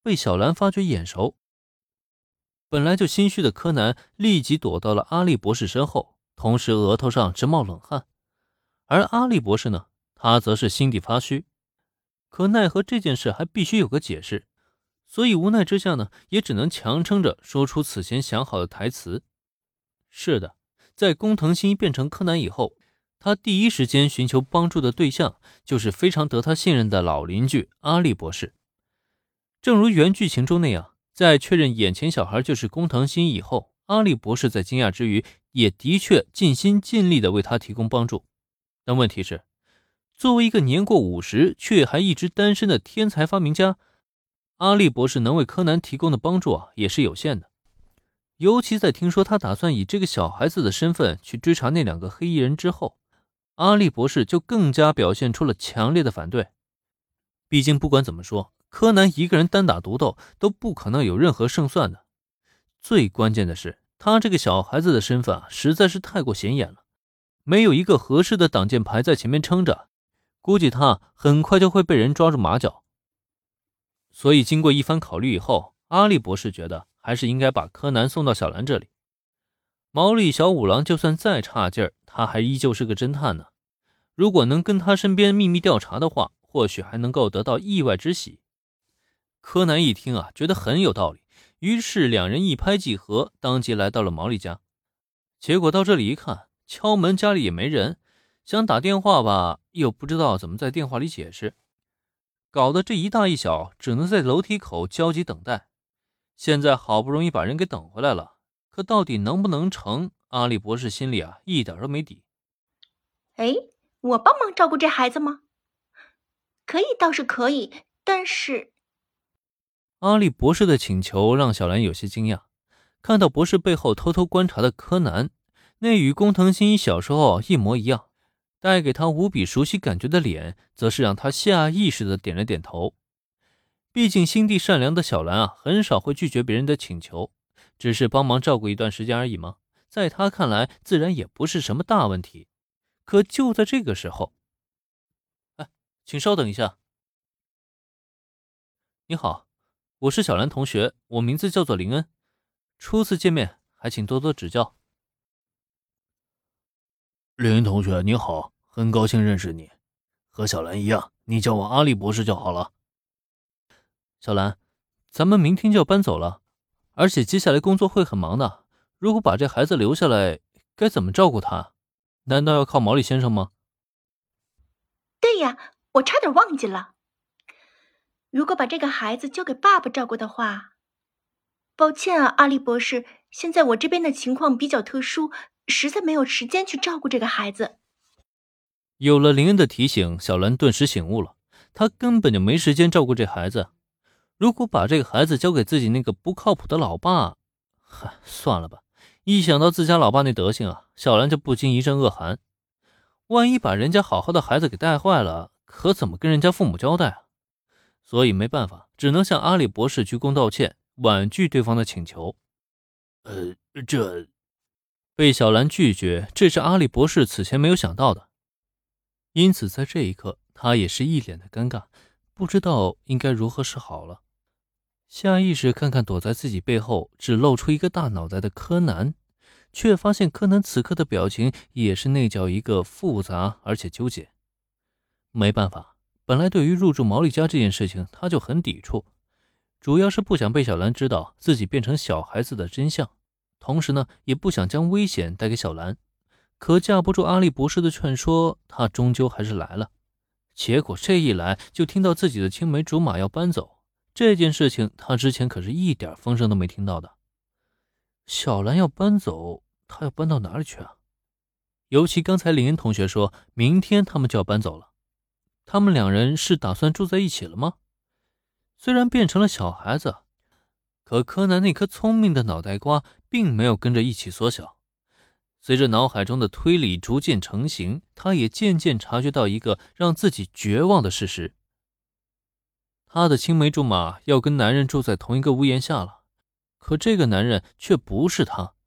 被小兰发觉眼熟。本来就心虚的柯南立即躲到了阿笠博士身后，同时额头上直冒冷汗。而阿笠博士呢，他则是心底发虚，可奈何这件事还必须有个解释，所以无奈之下呢，也只能强撑着说出此前想好的台词。是的，在工藤新一变成柯南以后，他第一时间寻求帮助的对象就是非常得他信任的老邻居阿笠博士。正如原剧情中那样，在确认眼前小孩就是工藤新一以后，阿笠博士在惊讶之余，也的确尽心尽力地为他提供帮助。但问题是，作为一个年过50却还一直单身的天才发明家，阿笠博士能为柯南提供的帮助也是有限的。尤其在听说他打算以这个小孩子的身份去追查那2个黑衣人之后，阿笠博士就更加表现出了强烈的反对。毕竟不管怎么说，柯南一个人单打独斗都不可能有任何胜算的。最关键的是，他这个小孩子的身份实在是太过显眼了，没有一个合适的挡箭牌在前面撑着，估计他很快就会被人抓住马脚。所以经过一番考虑以后，阿笠博士觉得还是应该把柯南送到小兰这里。毛利小五郎就算再差劲儿，他还依旧是个侦探呢。如果能跟他身边秘密调查的话，或许还能够得到意外之喜。柯南一听觉得很有道理，于是两人一拍即合，当即来到了毛利家。结果到这里一看，敲门家里也没人，想打电话吧，又不知道怎么在电话里解释，搞得这一大一小只能在楼梯口焦急等待。现在好不容易把人给等回来了，可到底能不能成，阿笠博士心里一点都没底。 我帮忙照顾这孩子吗？可以倒是可以，但是…… 阿笠博士的请求让小兰有些惊讶，看到博士背后偷偷观察的柯南，那与工藤新一小时候一模一样，带给他无比熟悉感觉的脸，则是让他下意识地点了点头。毕竟心地善良的小兰很少会拒绝别人的请求，只是帮忙照顾一段时间而已嘛，在他看来自然也不是什么大问题。可就在这个时候，请稍等一下。你好，我是小兰同学，我名字叫做林恩，初次见面，还请多多指教。 林恩同学你好，很高兴认识你。和小兰一样，你叫我阿笠博士就好了。 小兰，咱们明天就要搬走了，而且接下来工作会很忙的，如果把这孩子留下来，该怎么照顾他？难道要靠毛利先生吗？ 对呀，我差点忘记了。如果把这个孩子交给爸爸照顾的话……抱歉阿笠博士，现在我这边的情况比较特殊，实在没有时间去照顾这个孩子。 有了林恩的提醒，小兰顿时醒悟了，她根本就没时间照顾这孩子。如果把这个孩子交给自己那个不靠谱的老爸，算了吧。一想到自家老爸那德行小兰就不禁一阵恶寒。万一把人家好好的孩子给带坏了，可怎么跟人家父母交代所以没办法，只能向阿笠博士鞠躬道歉，婉拒对方的请求。 这被小兰拒绝，这是阿笠博士此前没有想到的。因此在这一刻，他也是一脸的尴尬，不知道应该如何是好了。下意识看看躲在自己背后只露出一个大脑袋的柯南，却发现柯南此刻的表情也是那叫一个复杂而且纠结。没办法，本来对于入住毛利家这件事情他就很抵触，主要是不想被小兰知道自己变成小孩子的真相，同时呢，也不想将危险带给小兰。可架不住阿笠博士的劝说，他终究还是来了。结果这一来就听到自己的青梅竹马要搬走，这件事情他之前可是一点风声都没听到的。小兰要搬走，他要搬到哪里去尤其刚才林恩同学说明天他们就要搬走了，他们两人是打算住在一起了吗？虽然变成了小孩子，可柯南那颗聪明的脑袋瓜并没有跟着一起缩小。随着脑海中的推理逐渐成型，他也渐渐察觉到一个让自己绝望的事实：他的青梅竹马要跟男人住在同一个屋檐下了，可这个男人却不是他。